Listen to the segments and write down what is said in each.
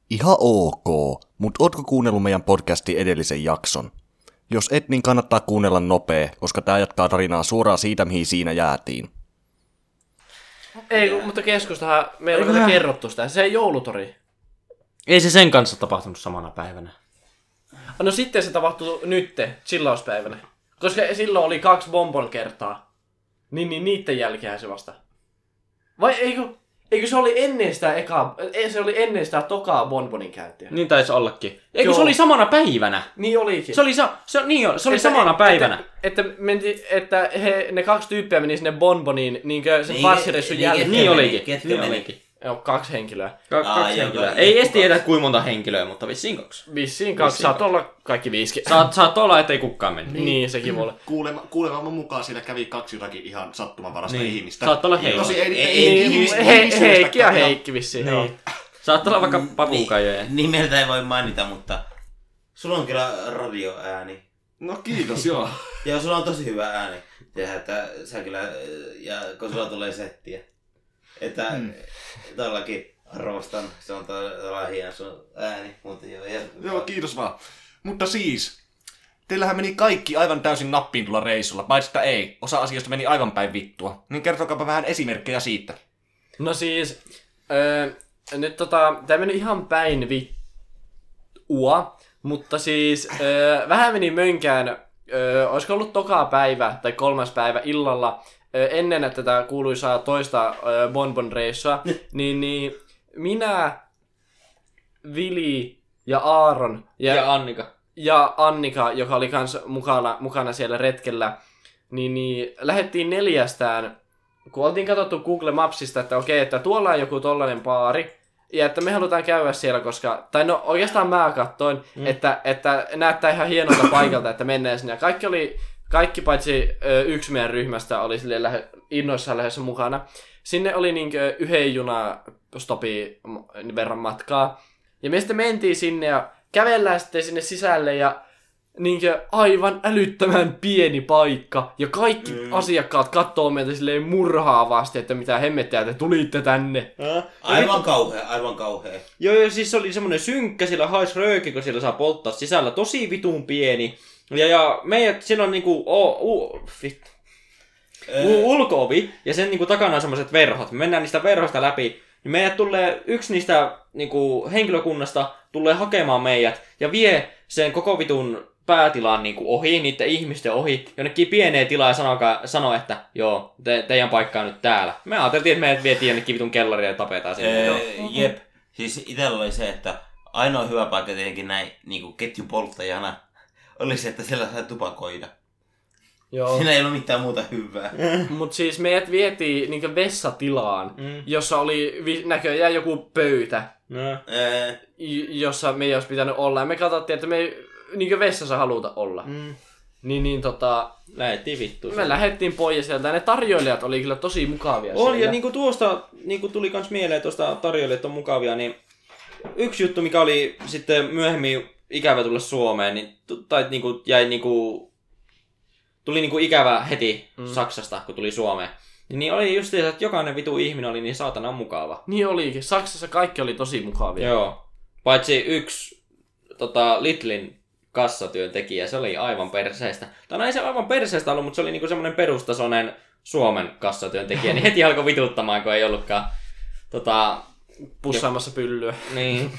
Ihan ok, mutta ootko kuunnellut meidän podcastin edellisen jakson? Jos et, niin kannattaa kuunnella nopea, koska tää jatkaa tarinaa suoraan siitä, mihin siinä jäätiin. Ei, mutta keskustahan, meillä on vielä kerrottu sitä, se joulutori. Ei se sen kanssa tapahtunut samana päivänä. No sitten se tapahtui nytte, chillauspäivänä. Koska silloin oli 2 bonbon kertaa. Niin niitten jälkeen se vasta. Vai eikö se oli ennen sitä se oli ennen sitä tokaa bonbonin käyttöä? Niin taisi ollakin. Eikö Joo. se oli samana päivänä? Niin olikin. Se oli samana päivänä. Että ne 2 tyyppiä meni sinne bonboniin niinkö sen passireissun jälkeen. Niin olikin. Ketkä Niin meni? olikin. Joo, 2 henkilöä. Kaksi henkilöä. joo, Ei joo, esti tiedä kuinka monta henkilöä, mutta vissiin 2. Vissiin 2, saat olla kaikki 5. Saat olla, ettei kukaan mennyt. Niin, sekin voi olla. Kuulemma mukaan siinä kävi 2 jotakin ihan sattumanvarasta ihmistä. Saat olla Heikki. Tosi Heikki ja Heikki vissiin. Niin. Saat olla vaikka papukaijoja. Nimeltä ei voi mainita, mutta sulla on kyllä radioääni. No kiitos, joo. Ja sulla on tosi hyvä ääni. Tiedä, että sä kyllä, ja kun sulla tulee settiä. Että todellakin arvostan, se on todella hieno sun ääni. Mutta Joo, kiitos vaan. Mutta siis, teillähän meni kaikki aivan täysin nappiin tulla reissulla, paitsi että ei. Osa asioista meni aivan päin vittua. Niin kertokaapa vähän esimerkkejä siitä. No siis, nyt tää meni ihan päin vittua, mutta siis vähän meni mönkään, olisiko ollut toka päivä tai 3. päivä illalla, ennen että tätä kuuluisaa toista bonbon-reissua, niin minä, Vili ja Aaron Ja Annika. ja Annika, joka oli kans mukana siellä retkellä, niin lähdettiin 4, kun oltiin katsottu Google Mapsista, että okei, että tuolla on joku tollanen baari, ja että me halutaan käydä siellä, koska, tai no oikeastaan mä katsoin, että näyttää ihan hienolta paikalta, että mennään sinne. Kaikki paitsi yksi meidän ryhmästä oli innoissaan lähdössä mukana. Sinne oli niinkö 1 junastopi verran matkaa. Ja me sitten mentiin sinne ja kävellään sitten sinne sisälle ja niinkö aivan älyttömän pieni paikka. Ja kaikki asiakkaat kattoo meitä silleen murhaavasti, että mitä hemmettiä te tulitte tänne. aivan kauhea. Joo, siis se oli semmonen synkkä, sillä hais rööki, kun siellä saa polttaa sisällä. Tosi vitun pieni. Ja meidät, siinä on niinku ulko-ovi, ja sen niinku takana on semmoset verhot. Me mennään niistä verhoista läpi, niin meidät tulee, yksi niistä niinku henkilökunnasta tulee hakemaan meidät, ja vie sen koko vitun päätilan niinku ohi, niiden ihmisten ohi, jonnekin pieneen tilaan ja sanoo, että joo, teidän paikka on nyt täällä. Me ajateltiin, että meidät vietiin jonnekin vitun kellariin ja tapetaan sinne. Jep, siis itellä oli se, että ainoa hyvä paikka tietenkin näin niinku ketjupolttajana oli se, että siellä sai tupakoida. Joo. Siinä ei ollut mitään muuta hyvää. Mut siis meidät vietiin niinkö vessatilaan, jossa oli näköjään joku pöytä, jossa meidän olisi pitänyt olla. Ja me katsottiin, että me ei niinkö vessassa haluta olla. Lähettiin vittuun. Me lähdettiin pois sieltä. Ne tarjoilijat oli kyllä tosi mukavia On, siellä. ja niinku tuosta niinku tuli kans mieleen, tuosta tarjoilijat on mukavia, niin yksi juttu, mikä oli sitten myöhemmin ikävä tulla Suomeen, niin tuli niinku ikävä heti Saksasta, kun tuli Suomeen. Niin oli just se, että jokainen vitu ihminen oli niin saatana mukava. Niin olikin. Saksassa kaikki oli tosi mukavia. Joo. Paitsi yksi Lidlin kassatyöntekijä, se oli aivan perseestä. Tai no ei se aivan perseestä ollut, mutta se oli niinku semmoinen perustasoinen Suomen kassatyöntekijä. Niin heti alkoi vituttamaan, kun ei ollutkaan pussaamassa pyllyä. Niin.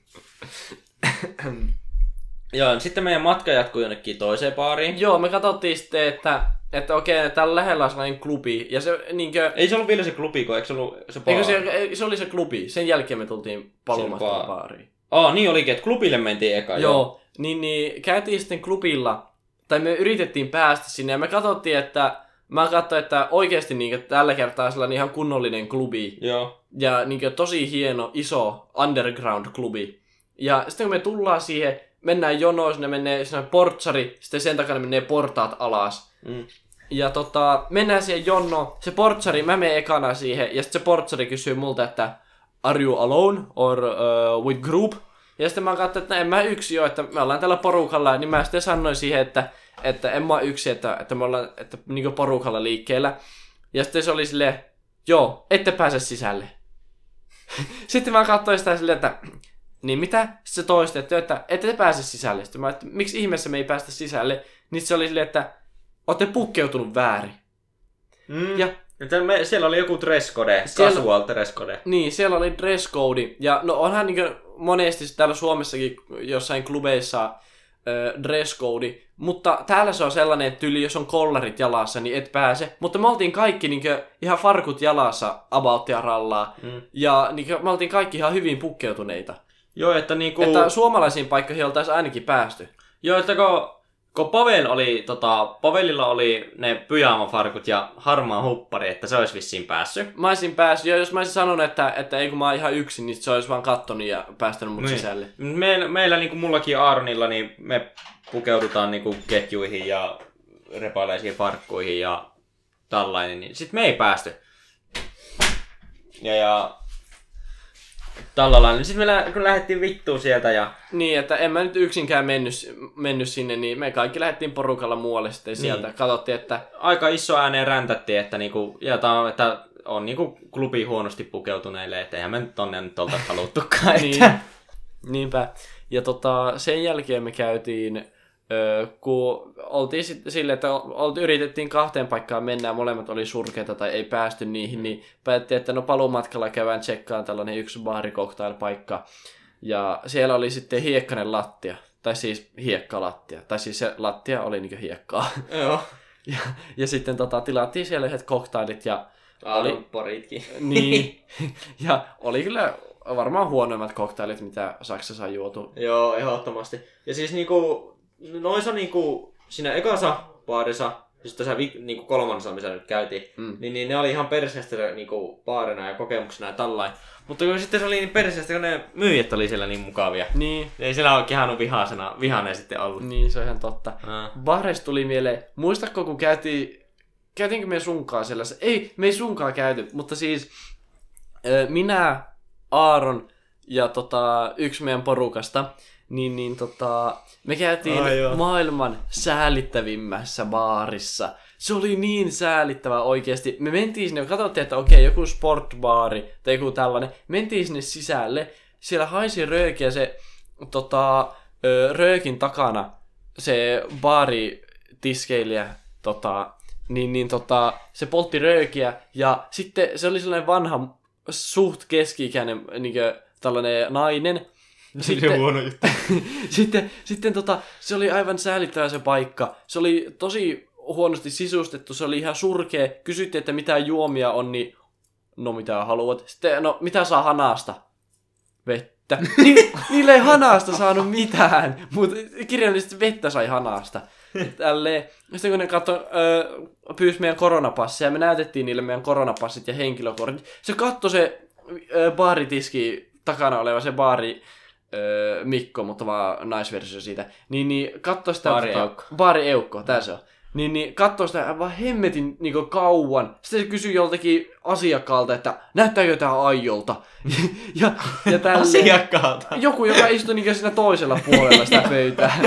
Joo, sitten meidän matka jatkui jonnekin toiseen baariin. Joo, me katsottiin sitten, että okei, täällä lähellä on sellainen klubi. Ja se niinkö... Ei se ollut vielä se klubi, kun eikö se ollut se baari? Eikö se oli se klubi. Sen jälkeen me tultiin paluumatta baariin. Niin olikin, että klubille mentiin eka. Joo. Niin käytiin sitten klubilla, tai me yritettiin päästä sinne, ja me katsottiin, että mä katsoin, että oikeasti niin tällä kertaa sellainen ihan kunnollinen klubi. Joo. Ja niin tosi hieno, iso underground-klubi. Ja sitten kun me tullaan siihen, mennään jonoon, sinne menee portsari, sitten sen takana menee portaat alas. Ja mennään siihen jonoon, se portsari, mä menen ekana siihen, ja sitten se portsari kysyy multa, että are you alone or with group? Ja sitten mä katsoin, että en mä yksin ole, että me ollaan tällä porukalla, niin mä sitten sanoin siihen, että en mä ole yksin, että me ollaan niin porukalla liikkeellä. Ja sitten se oli silleen, joo, ette pääse sisälle. Sitten mä katsoin sitä silleen, että Niin mitä? Sitten se toisti, että ette te pääse sisälle. Sitten mä, että miksi ihmeessä me ei päästä sisälle? Niin se oli silleen, että ootte pukkeutunut väärin. Ja siellä oli joku dress code, casual dress code. niin, siellä oli dress code. Ja no onhan niin monesti täällä Suomessakin jossain klubeissa dress code. Mutta täällä se on sellainen, että yli jos on kollarit jalassa, niin et pääse. Mutta me oltiin kaikki niin ihan farkut jalassa abouttia rallaa. Ja niin me oltiin kaikki ihan hyvin pukkeutuneita. Joo, että niinku... Että suomalaisiin paikkoihin oltaisiin ainakin päästy. Joo, että kun Pavelilla oli ne pyjaamafarkut ja harmaa huppari, että se olisi vissiin päässyt. Mä olisin päässyt, ja jos mä olisin sanonut, että ei kun mä oon ihan yksin, niin se olisi vaan kattonut ja päästänyt mut sisälle. Meillä niin kuin mullakin Aaronilla, niin me pukeudutaan niin kuin ketjuihin ja repaleisiin farkkuihin ja tällainen, niin sit me ei päästy. Ja tällä lailla, niin sit me kun lähdettiin vittuun sieltä ja... Niin, että en mä nyt yksinkään mennyt sinne, niin me kaikki lähdettiin porukalla muualle sitten sieltä. Niin. Katsottiin, että... Aika iso ääneen räntättiin, että, niinku, että on niinku klubi huonosti pukeutuneille, että eihän me nyt tonne nyt oltaisi haluttukaan. Niin, niinpä. Ja sen jälkeen me käytiin, kun oltiin silleen, että yritettiin 2 paikkaan mennä ja molemmat oli surkeita tai ei päästy niihin, niin päätettiin, että no paluumatkalla käydään tsekkaan tällainen yksi baarikoktailpaikka. Ja siellä oli sitten hiekkainen lattia, tai siis hiekkalattia, tai siis se lattia oli niinku hiekkaa. Joo. Ja sitten tilattiin siellä yhdet koktailit ja... Poritkin. Niin, ja oli kyllä varmaan huonoimmat koktailit, mitä Saksassa on juotu. Joo, ehdottomasti. Ja siis niinku, noissa niinku, siinä ekassa baarissa, siis tässä niinku 3. missä nyt käytiin, niin ne oli ihan perseestä niinku baarina ja kokemuksena ja tällainen. Mutta kun sitten se oli niin perseestä, kun ne myyjät oli siellä niin mukavia. Niin. Ei siellä ole kehannut vihainen sitten ollut. Niin, se on ihan totta. Baareista tuli mieleen, muistatko kun käytiinkö me sunkaan sellaisen? Ei, me ei sunkaan käyty, mutta siis minä, Aaron ja yksi meidän porukasta, me käytiin maailman säälittävimmässä baarissa. Se oli niin säälittävä oikeesti. Me mentiin sinne, katsottiin, että okei, joku sportbaari tai joku tällainen. Mentiin sinne sisälle. Siellä haisi röökiä se röökin takana se baaritiskeilijä se poltti röökiä ja sitten se oli sellainen vanha suht keski-ikäinen tällainen nainen. Sitten, huono juttu. sitten se oli aivan säälittävä se paikka. Se oli tosi huonosti sisustettu, se oli ihan surkea. Kysyttiin, että mitä juomia on, niin no mitä haluat. Sitten no mitä saa hanasta? Vettä. Niille ei hanasta saanut mitään, mutta kirjallisesti vettä sai hanasta. Sitten kun ne pyysi meidän koronapassia ja me näytettiin niille meidän koronapassit ja henkilökortit, se katsoi se baaritiski takana oleva se baari Mikko, mutta vaan naisversio siitä, niin katsoi sitä... Baarieukko, tää se on. Niin katsoi sitä aivan hemmetin kauan. Sitten se kysyi joltakin asiakkaalta, että näyttääkö tää Aijolta? ja asiakkaalta? Joku, joka istui siinä toisella puolella sitä pöytää.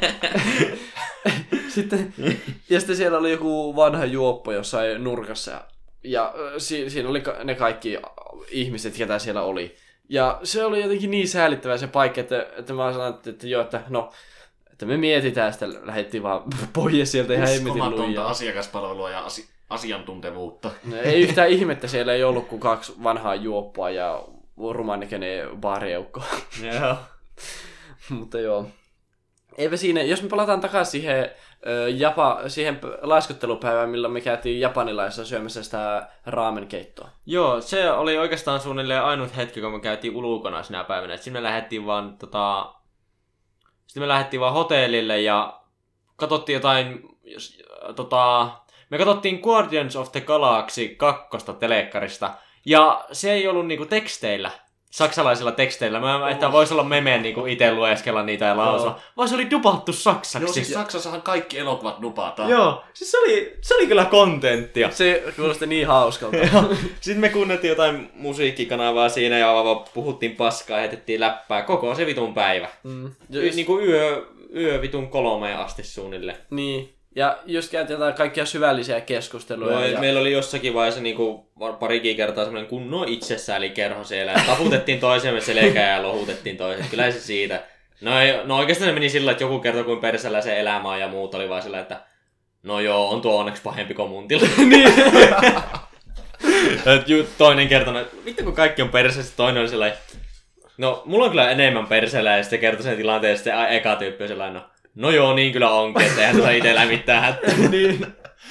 Sitten siellä oli joku vanha juoppo jossain nurkassa. Ja siinä oli ne kaikki ihmiset, ketä siellä oli. Ja se oli jotenkin niin säälittävä se paikka, että mä sanoin, että joo, että no... Että me mietitään sitä, lähdettiin vaan pois sieltä ihan hemmetin lujaa. Asiakaspalvelua ja asiantuntevuutta. No, ei yhtään ihmettä, siellä ei ollut kuin 2 vanhaa juoppoa ja rumanäköinen baarieukko. Joo. Mutta joo. Eipä siinä, jos me palataan takaisin siihen laiskottelupäivään, milloin me käytiin japanilaisessa syömässä sitä raamenkeittoa. Joo, se oli oikeastaan suunnilleen ainut hetki, kun me käytiin ulkona sinä päivänä. Sitten me lähdettiin vaan hotellille ja katsottiin jotain, me katsottiin Guardians of the Galaxy 2 telekkarista ja se ei ollut niinku teksteillä, saksalaisilla teksteillä. Että voisi olla memeen niinku itse lueskella niitä ja lausua, vaan se oli dupattu saksaksi. Joo, siis Saksassahan kaikki elokuvat dupataan. Joo, siis se oli kyllä kontenttia. Se kuulosti niin hauskalta. Sitten me kuunneltiin jotain musiikkikanavaa siinä ja puhuttiin paskaa ja heitettiin läppää koko se vitun päivä. Niinku yö vitun 3 asti suunnilleen. Niin. Ja just käytiin jotain kaikkia syvällisiä keskusteluja. Joo, meillä oli jossakin vaiheessa niinku parikin kertaa semmoinen kunnon itsesäälikkerho siellä. Taputettiin toisemme selkää ja lohutettiin toisen. Kyllä se siitä. No oikeastaan se meni sillä, että joku kertoi kuin persellä se elämä on ja muut oli vaan sillä, että no joo, on tuo onneksi pahempi kuin mun tilanne. Toinen kertoi, että vittu kun kaikki on perseessä, toinen oli sellainen, no mulla on kyllä enemmän perseellä ja sitten kertoi sen tilanteen ja sitten eka tyyppi on sellainen, no joo, niin kyllä onkin, että eihän tuossa itsellä mitään hätää. Niin.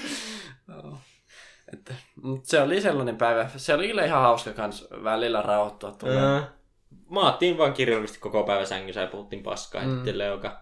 Mutta se oli sellainen päivä. Se oli kyllä ihan hauska kans välillä rauhoittua. Maattiin vaan kirjallisesti koko päivä sängyssä ja puhuttiin paskaa itselleen joka.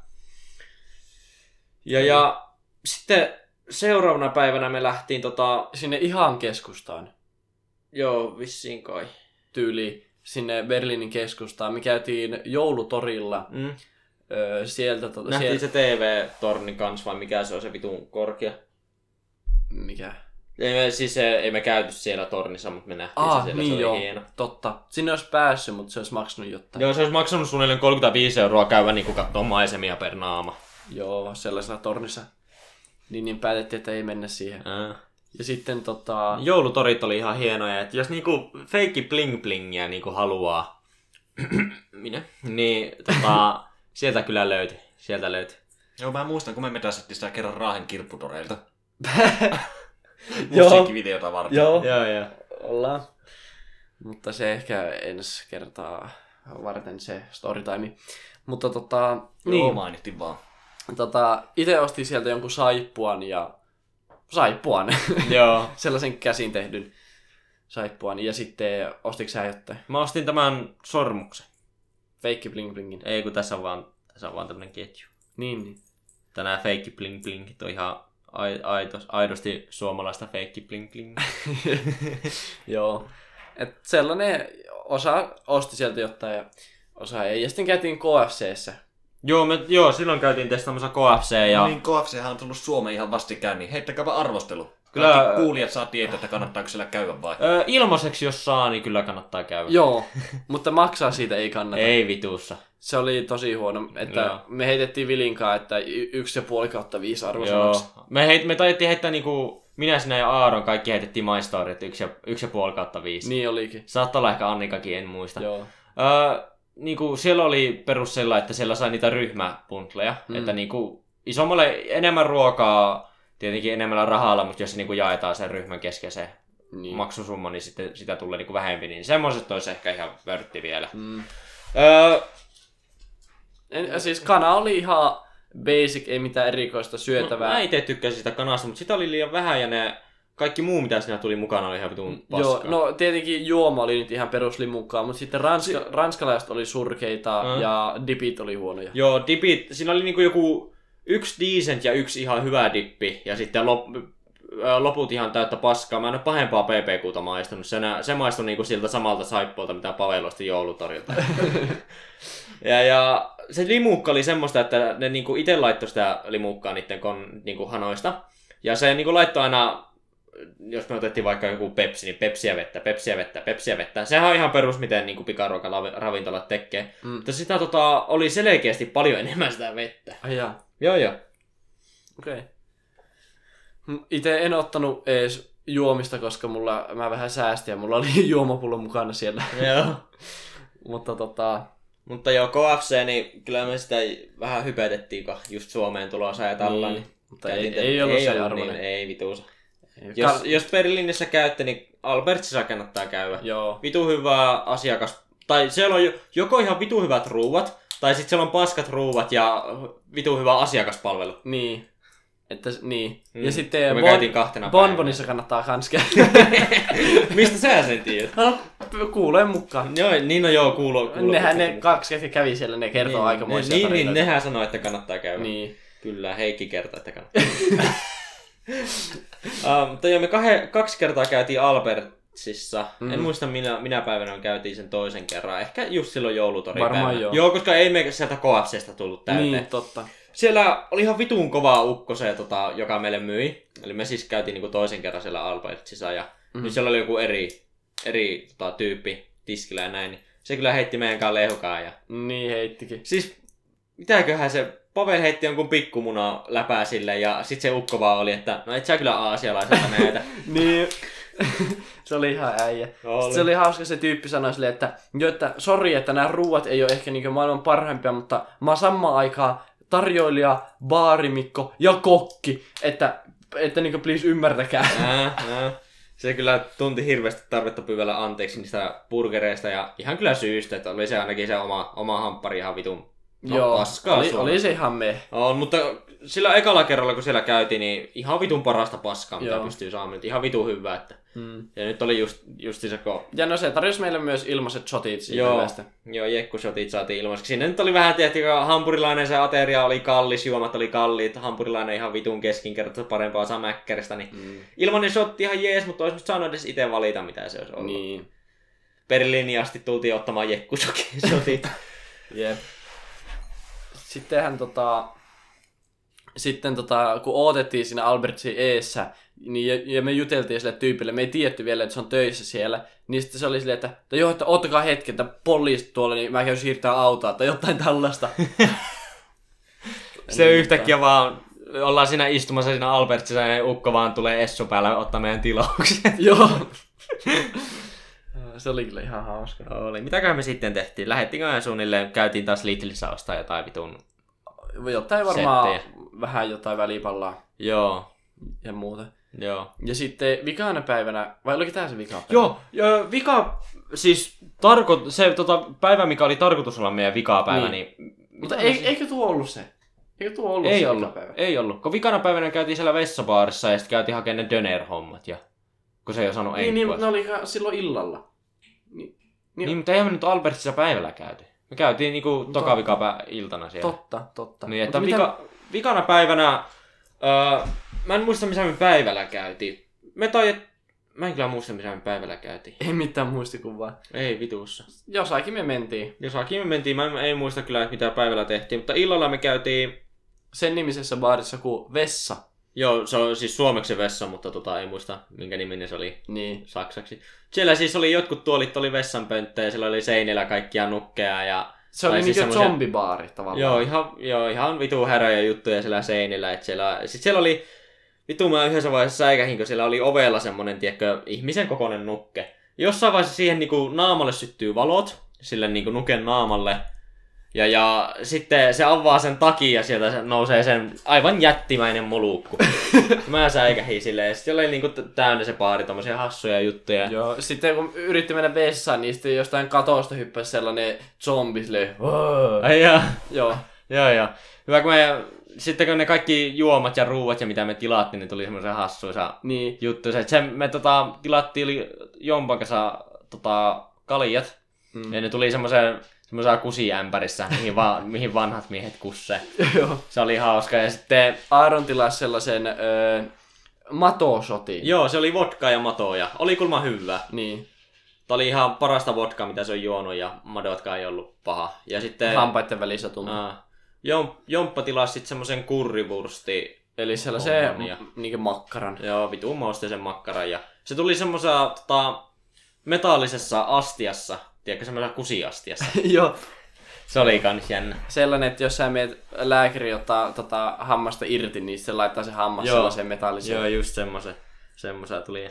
Ja sitten seuraavana päivänä me lähtiin sinne ihan keskustaan. Joo, vissiin kai. Tyyli sinne Berliinin keskustaan. Me käytiin joulutorilla. Sieltä nähtiin se TV-tornin kanssa vai mikä se on se vitun korkea? Mikä? Ei me käyty siellä tornissa, mutta me nähtiin se siellä, niin se oli hieno. Totta. Sinne olisi päässyt, mutta se olisi maksanut jotain. Joo, se olisi maksanut suunnilleen 35 € käydä niin katsoa maisemia per naama. Joo, sellaisella tornissa. Niin päätettiin, että ei mennä siihen. Ja sitten joulutorit oli ihan hienoja, että jos niinku feikki bling blingiä niinku haluaa, minä, niin sieltä kyllä löytyi. Joo, mä muistan, kun me metäsettiin sitä kerran Raahen kirpputoreilta. Joo. Musiikkivideota varten. Joo. Ollaan. Mutta se ehkä ensi kertaa varten se storytime. Mutta Joo, mainittiin vaan. itse ostin sieltä jonkun saippuan. Joo. Sellaisen käsin tehdyn saippuan. Ja sitten ostitko sä jotain? Mä ostin tämän sormuksen. Feikki bling blingin. Ei, kun tässä on vaan tämmönen ketju. Niin. Tänään feikki bling blingit on ihan aidosti suomalaista feikki bling bling. Joo. Et sellainen osa osti sieltä jotain ja osa ei. Ja sitten käytiin KFC:ssä. Joo, silloin käytiin testaamassa KFC ja... No niin, KFChän on tullut Suomeen ihan vastikään, niin heittäkääpä arvostelu. Kyllä... Kaikki kuulijat saa tietää, että kannattaako siellä käydä vai? Ilmaiseksi jos saa, niin kyllä kannattaa käydä. Joo, mutta maksaa siitä ei kannata. Ei vitussa. Se oli tosi huono, että me heitettiin Vilinkaan, että 1,5/5 arvosanaksi. Me taidettiin heittää niinku... Minä, sinä ja Aaron kaikki heitettiin My Story, että 1,5/5. Niin olikin. Saattaa olla ehkä Annikakin, en muista. Joo. Niinku, siellä oli perus sellainen, että siellä sai niitä ryhmäpuntleja. Että niinku, isommalle enemmän ruokaa, tietenkin enemmällä rahalla, mutta jos se niinku jaetaan sen ryhmän kesken se maksusumma, niin sitten sitä tulee niinku vähempi. Niin semmoiset olisi ehkä ihan vörtti vielä. Siis kana oli ihan basic, ei mitään erikoista syötävää. No, mä itse tykkäsin sitä kanasta, mutta sitä oli liian vähän ja ne kaikki muu, mitä siinä tuli mukana, oli ihan vitun paskaa. Joo, no tietenkin juoma oli nyt ihan peruslimukkaa, mutta sitten ranskalaiset oli surkeita ja dipit oli huonoja. Joo, dipit, siinä oli niinku joku yksi decent ja yksi ihan hyvä dippi ja sitten loput ihan täyttä paskaa. Mä en ole pahempaa PPQta maistunut. Se maistui niinku siltä samalta saippualta, mitä Pavel osti joulutorilta. ja se limukka oli semmoista, että ne niinku itse laittoi sitä limukkaa niiden niinku hanoista. Ja se niinku laittoi aina, jos me otettiin vaikka joku Pepsi, niin Pepsiä vettä. Sehän on ihan perus, miten niinku pikaruokaravintolat tekee. Mutta sitä oli selkeästi paljon enemmän sitä vettä. Ai jaa. Joo. Okei. Itse en ottanut edes juomista, koska mä vähän säästin ja mulla oli juomapullo mukana siellä. Joo. Mutta joo, KFC, niin kyllä me sitä vähän hypetettiin, kun just Suomeen tulossa ja tällä. Niin. Mutta ei ollut se arvoinen. Niin, ei vituusa. Jos Berliinissä käytte, niin Albertsissa kannattaa käydä. Joo. Vitu hyvä asiakas. Tai siellä on joko ihan vitu hyvät ruuat, tai sitten siellä on paskat ruuat ja vitu hyvä asiakaspalvelu. Niin. Ja sitten Bonbonissa kannattaa kans käydä. Mistä sä sen tiedät? Kuulee mukaan. Joo, niin no joo, kuuluu. Nehän ne kaksi, ketkä kävi siellä, ne kertoo aikamoisia tarinoita. Niin, nehän sanoo, että kannattaa käydä. Niin. Kyllä, Heikki kertoo, että kannattaa. Mutta joo, me 2 kertaa käytiin Albertsissa. En muista minä päivänä käytiin sen toisen kerran. Ehkä just silloin joulutoripäivänä. Varmaan joo. Joo, koska ei me sieltä KFCstä tullut täyteen. Niin, totta. Siellä oli ihan vitun kovaa ukko se, joka meille myi. Eli me siis käytiin niinku toisen kerran siellä Albertsissa. Ja nyt siellä oli joku eri tyyppi tiskillä ja näin. Niin se kyllä heitti meidän kanssa lehukaan. Ja... Niin heittikin. Siis mitäköhän se Pavel heitti jonkun pikkumuna läpää sille ja sit se ukko vaan oli, että no et sä kyllä aasialaiselta näitä. Niin. Se oli ihan äijä. Se oli hauska, se tyyppi sanoi silleen, että sori, että nämä ruuat ei ole ehkä niinku maailman parhaimpia, mutta mä oon samaan aikaan tarjoilija, baarimikko ja kokki, että niinku please ymmärtäkää. Se kyllä tunti hirveästi tarvetta pyyvällä anteeksi niistä burgereista ja ihan kyllä syystä, että oli se ainakin se oma hamppari ihan vitun paskaa. Oli se ihan me. On, mutta sillä ekalla kerralla kun siellä käytiin, niin ihan vitun parasta paskaa, mitä pystyy saamaan. Ihan vitun hyvää. Että. Ja nyt oli just se ja no se tarjosi meille myös ilmaiset shotit siitä hyvästä. Joo, jekkushotit saatiin ilmaiseksi. Sinne nyt oli vähän tehty, kun hampurilainen se ateria oli kallis, juomat oli kalliit, hampurilainen ihan vitun keskinkertaisesti parempaa saa mäkkäristä. Niin ilmainen shotti ihan jees, mutta olisi nyt saanut edes itse valita, mitä se olisi ollut. Niin. Berliiniin asti tultiin ottamaan jekkushotit. Jep. Sitten kun odotettiin siinä Albertsin eessä, niin, ja me juteltiin sille tyypille, me ei tiedetty vielä, että se on töissä siellä, niin sitten se oli silleen, että joo, että ottakaa hetki, että poliisit tuolla, niin mä käyn siirtää autoa, tai jotain tällaista. Se yhtäkkiä vaan, ollaan siinä istumassa siinä Albertsissa, ja ukko vaan tulee essu päällä ottaa meidän tilauksen. Joo. Se oli kyllä ihan hauska. Oli. Mitäköhän me sitten tehtiin? Lähettiinköhän suunnilleen, käytiin taas Lidlissä ostaa jotain vitun jotain varmaan settejä. Vähän jotain välipallaa. Joo. Ja muuta. Joo. Ja sitten vikana päivänä, vai oliko tää se vika päivä? Joo, siis se päivä, mikä oli tarkoitus olla meidän vikapäivä, niin mutta eikö tuo ollut se? Eikö tuo ollut se vikapäivä? Ei ollut. Kun vikana päivänä käytiin siellä vessabaarissa ja sitten käytiin hakemaan ne döner-hommat ja kun se ei osannut enkkua. Niin, ne oli silloin illalla. Niin, mutta eihän me nyt Albertsissa päivällä käyty. Me käytiin niinku toka iltana siellä. Totta. Niin, että vikana päivänä, mä en muista missä me päivällä käytiin. Mä en kyllä muista missä me päivällä käytiin. Ei mitään muistikuvaa. Ei vitussa. Jossakin me mentiin. Mä en muista kyllä mitä päivällä tehtiin, mutta illalla me käytiin sen nimisessä baarissa kuin Vessa. Joo, se on siis suomeksi vessa, mutta ei muista minkä niminen se oli saksaksi. Siellä siis oli jotkut tuolit, oli vessanpönttejä, siellä oli seinillä kaikkia nukkeja ja... Se oli siis niinku zombibaari tavallaan. Ihan vitu häröjä juttuja siellä seinillä. Et siellä oli, vitu mä yhdessä vaiheessa säikähin, kun siellä oli ovella semmonen, tiedätkö, ihmisen kokoinen nukke. Jossain vaiheessa siihen niinku naamalle syttyy valot, sille niinku nuken naamalle. Ja sitten se avaa sen takia ja sieltä nousee sen aivan jättimäinen mulukku. Mä säikähin silleen. Sitten oli niinku täynnä se baari tommosia hassuja juttuja. Joo, sitten kun yritti mennä vessaan, niin sitten jostain katosta hyppäsi sellainen zombi silleen. Joo. Joo. Hyvä kun sitten kun ne kaikki juomat ja ruuat ja mitä me tilattiin, niin tuli semmoisia hassuisa juttuja. Me tilattiin Jompan kanssa kaljat. Ja ne tuli semmoisessa kusiämpärissä, mihin vanhat miehet kussee. Joo. Se oli hauska. Ja sitten Aaron tilasi sellaisen matoshotin. Joo, se oli vodkaa ja matoja. Oli kulma hyvä. Niin. Tää oli ihan parasta vodkaa, mitä se on juonut, ja madotkaan ei ollut paha. Ja sitten... Hampaitten välissä tuntuu. Jomppa tilasi sitten semmosen kurrivursti. Eli sellaisen niinkö makkaran. Joo, vitun maustisen makkaran. Ja se tuli semmoisessa metallisessa astiassa. Tiedätkö, semmoisessa kusiastiassa. Joo. Se oli kans jännä. Sellainen, että jos sä meet lääkäri ottaa hammasta irti, niin se laittaa se hammas sellaiseen metalliseen. Joo, just semmoisen tuli.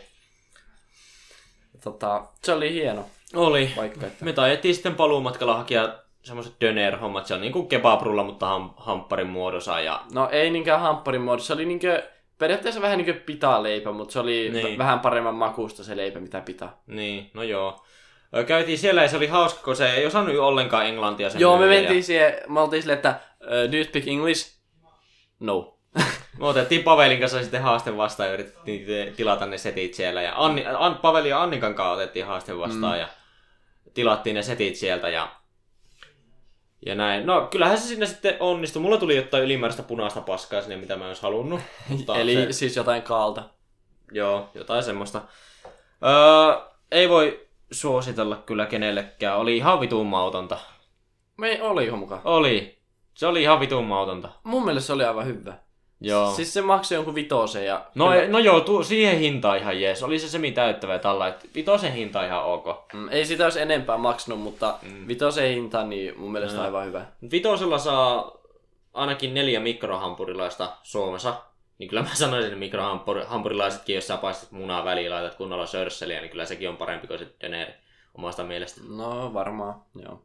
Se oli hieno. Oli. Vaikka, että... Me taidettiin sitten paluumatkalla hakea semmoiset döner-hommat. Se on niinku kebabrulla, mutta hampparin muodossa. Ja... No ei niinkään hampparin muodossa. Se oli niinkö... Periaatteessa vähän niinkö pitaleipä, mutta se oli vähän paremman makuusta se leipä, mitä pita. Niin, no joo. Käytiin siellä ja se oli hauska, kun se ei osannut ollenkaan englantia. Joo, me mentiin siihen, me oltiin silleen, että do you speak English? No. Me otettiin Pavelin kanssa sitten haaste vastaan ja yritettiin tilata ne setit siellä. Ja Paveli ja Annikan kanssa otettiin haaste vastaan ja tilattiin ne setit sieltä ja näin. No kyllähän se sinne sitten onnistui. Mulla tuli jotain ylimääräistä punaista paskaa sinne, mitä mä en olisi halunnut. Eli siis jotain kaalta. Joo, jotain semmoista. Ei voi suositella kyllä kenellekään. Oli ihan vitun mautonta. Me oliko mukaan? Oli. Se oli ihan vitun mautonta. Mun mielestä se oli aivan hyvä. Joo. Siis se maksoi jonkun 5 ja... No joo, siihen hintaan ihan jees. Oli se semi-täyttävä tällä, että 5 hinta ihan ok. Ei sitä olisi enempää maksanut, mutta 5 hinta, niin mun mielestä aivan hyvä. 5 saa ainakin 4 mikrohampurilaista Suomessa. Niin kyllä mä sanoisin, että mikrohampurilaisetkin, jos sä paistat munaa väliin, laitat kunnolla sörsseliä, niin kyllä sekin on parempi kuin se döneri omasta mielestä. No varmaan, joo.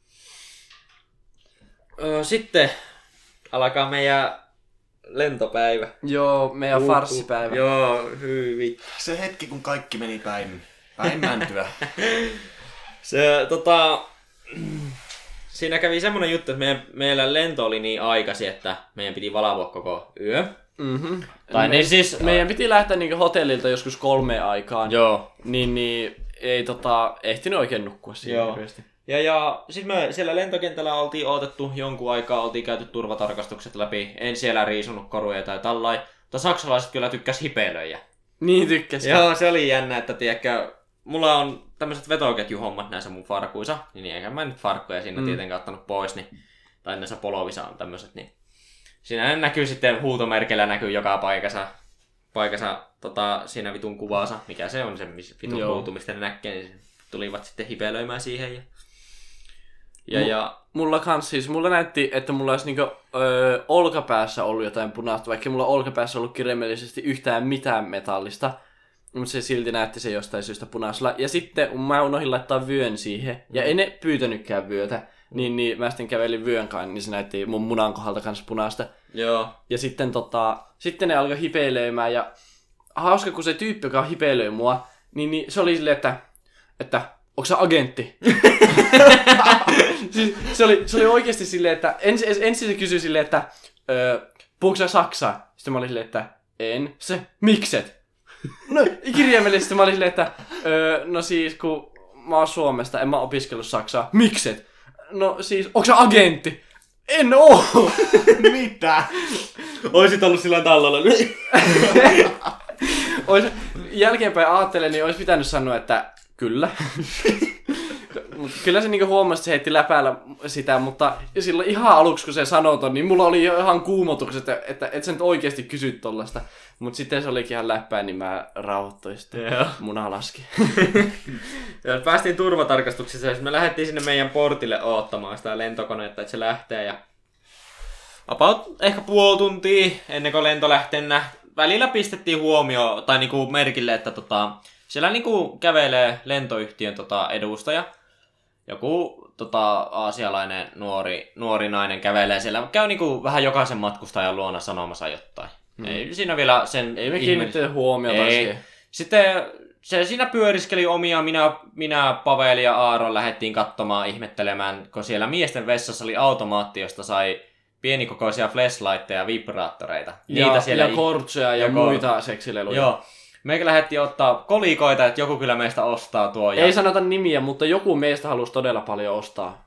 Sitten alkaa meidän lentopäivä. Joo, meidän farssipäivä. Joo, hyvin. Se hetki, kun kaikki meni päin mäntyä. Se siinä kävi semmonen juttu, että meillä lento oli niin aikaisin, että meidän piti valvoa koko yö. Mm-hmm. Tai niin siis... Meidän piti lähteä niinku hotellilta joskus 3 aikaan. Joo. Niin ei ehtinyt oikein nukkua siinä hirveästi. Ja sit me siellä lentokentällä oltiin odotettu jonkun aikaa, oltiin käyty turvatarkastukset läpi. En siellä riisunut koruja tai tällain. Mutta saksalaiset kyllä tykkäs hipeilöjä. Niin tykkäsi. Joo, se oli jännä, että tiedätkö, mulla on tämmöiset vetoketjuhommat näissä mun farkuissa. Niin eikä mä nyt farkkoja siinä tietenkään ottanut pois. Niin, tai näissä polovissa on tämmöiset. Niin. Siinä näkyy sitten huutomerkillä näkyy joka paikassa siinä vitun kuvaansa. Mikä se on se vitun huutu, mistä ne näkee. Niin tulivat sitten hipeilöimään siihen. Mulla kans siis, mulla näytti, että mulla olisi niinku, olkapäässä ollut jotain punaista, vaikka mulla olkapäässä ollut kirjaimellisesti yhtään mitään metallista. Mutta se silti näytti se jostain syystä punaisella. Ja sitten mä unohdin laittaa vyön siihen, ja en pyytänytkään vyötä, niin mä sitten kävelin vyön kanssa, niin se näytti mun munan kohdalta kanssa punaista. Joo. Ja sitten, sitten ne alkoi hipeilemään, ja hauska kun se tyyppi, joka hipeilöi mua, niin se oli silleen, että onko sä agentti? Siis se oli oikeasti silleen, että ensin se kysyi silleen, että puhuuko sä saksaa? Sitten mä olin silleen, että en. Se, mikset? No kirjaimellisesti mä olin silleen, että no siis kun mä oon Suomesta, en mä opiskellut saksaa. Mikset? No siis, onko sä agentti? En oo! Mitä? Oisit ollut sillä tallalla. Jälkeenpäin ajattelen, niin olisi pitänyt sanoa, että kyllä. Mut kyllä se niinku huomasi, että se heitti läpäällä sitä, mutta silloin ihan aluksi, kun se sanoi ton, niin mulla oli jo ihan kuumotukset, että et sä nyt oikeesti kysyt tollasta. Mut sitten se olikin ihan läppää, niin mä rauhoittuin sitten. Muna laski. Ja päästiin turvatarkastuksessa ja me lähdettiin sinne meidän portille oottamaan sitä lentokonetta, että se lähtee. Ja about ehkä puoli tuntia ennen kuin lento lähtee. Välillä pistettiin huomio tai niinku merkille, että siellä niinku kävelee lentoyhtiön edustaja. Joku aasialainen nuori nainen kävelee siellä. Käy niinku vähän jokaisen matkustajan luona sanomassa jotain. Ei siinä vielä sen... Ei me kiinnittää huomiota siihen. Sitten se siinä pyöriskeli omia. Minä Paveli ja Aaron lähdettiin katsomaan, ihmettelemään, kun siellä miesten vessassa oli automaatti, josta sai pienikokoisia flashlightteja ja vibraattoreita. Niitä siellä ja kortseja ja muita seksileluja. Joo. Meikä lähdettiin ottaa kolikoita, että joku kyllä meistä ostaa tuo. Ei sanota nimiä, mutta joku meistä halusi todella paljon ostaa.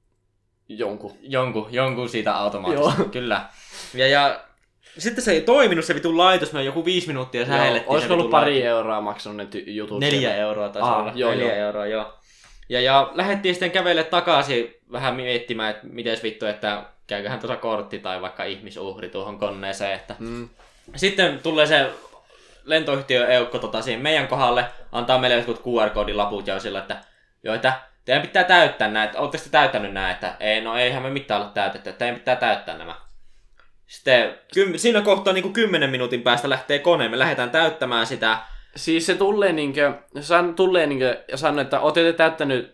Jonkun siitä automaattista, kyllä. Ja sitten se ei toiminut se vitun laitos, me joku 5 minuuttia sähellettiin. Olisiko ollut pari euroa maksanut ne jutut? 4 euroa taisi olla. Joo, 4 euroa, joo. Ja lähdettiin sitten kävelle takaisin vähän miettimään, että mites vittu, että käyköhän tuossa kortti tai vaikka ihmisuhri tuohon koneeseen. Että... Sitten tulee se lentoyhtiön eukko siihen meidän kohdalle, antaa meille jotkut QR-koodilaput ja on sillä, että joo, että teidän pitää täyttää näitä. Oletteko te täyttänyt näitä? Että ei, no eihän me mitään olla täytetty, että teidän pitää täyttää nämä. Sitten siinä kohtaa niin kuin 10 minuutin päästä lähtee kone, me lähdetään täyttämään sitä. Siis se tulee ja sanoo, että olette täyttänyt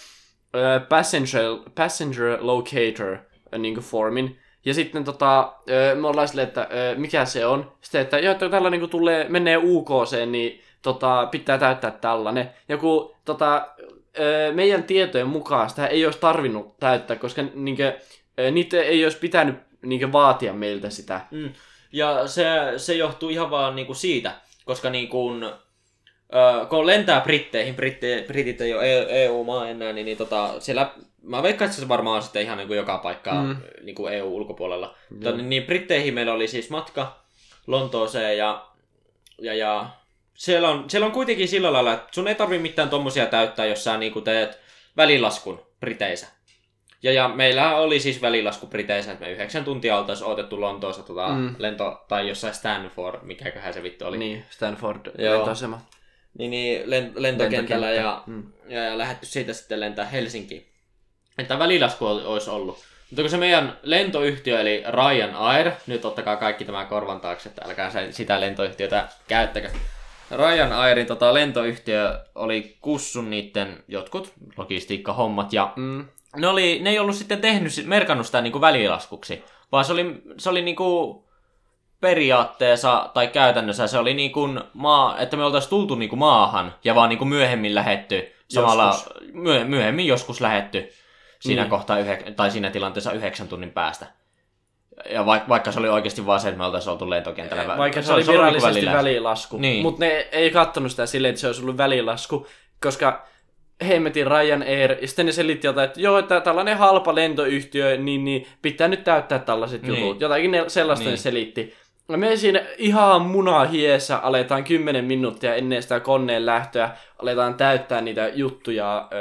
passenger locator formin. Ja sitten me ollaan silleen, että mikä se on. Sitten, että joo, että tällä niinku menee UK:seen, niin pitää täyttää tällainen. Ja kun meidän tietojen mukaan sitä ei olisi tarvinnut täyttää, koska niitä ei olisi pitänyt vaatia meiltä sitä. Ja se johtuu ihan vaan siitä, koska kun lentää Britteihin, Britit ei ole EU-maa enää, niin siellä, mä veikkaan, että se varmaan on sitten ihan joka paikkaa EU-ulkopuolella. Niin Britteihin meillä oli siis matka Lontooseen ja siellä on kuitenkin sillä lailla, että sun ei tarvitse mitään tommosia täyttää, jos sä teet välilaskun Briteissä. Ja meillä oli siis välilasku Briteissä, että me 9 tuntia oltaisiin odotettu Lontoossa lento, tai jossain Stanford, mikäköhän se vittu oli. Niin, Stanford Joo. lentoasema. Lentokentällä ja lähdetty siitä sitten lentää Helsinkiin. Että välilasku olisi ollut. Mutta kun se meidän lentoyhtiö, eli Ryanair, nyt ottakaa kaikki tämä korvan taakse, että älkää sitä lentoyhtiötä käyttäkö. Ryanairin lentoyhtiö oli kussun niiden jotkut logistiikkahommat ja ne ei ollut sitten merkannut sitä niinku välilaskuksi, vaan se oli niinku periaatteessa tai käytännössä se oli niinku että me oltaisiin tultu niinku maahan ja vaan niinku myöhemmin lähetty samalla myöhemmin joskus lähetty siinä kohtaa tai siinä tilanteessa 9 tunnin päästä. Ja vaikka se oli oikeasti vaan se, että me oltaisiin oltu lentokentällä. Vaikka se oli virallisesti niinku välilasku. Niin. Mutta ne ei kattonut sitä silleen, että se olisi ollut välilasku, koska hemmetin Ryanair, ja sitten ne selitti jotain, että joo, että tällainen halpa lentoyhtiö, niin pitää nyt täyttää tällaiset jutut. Jotakin sellaista ne selitti. Ja me siinä ihan munahiessä aletaan 10 minuuttia ennen sitä koneen lähtöä, aletaan täyttää niitä juttuja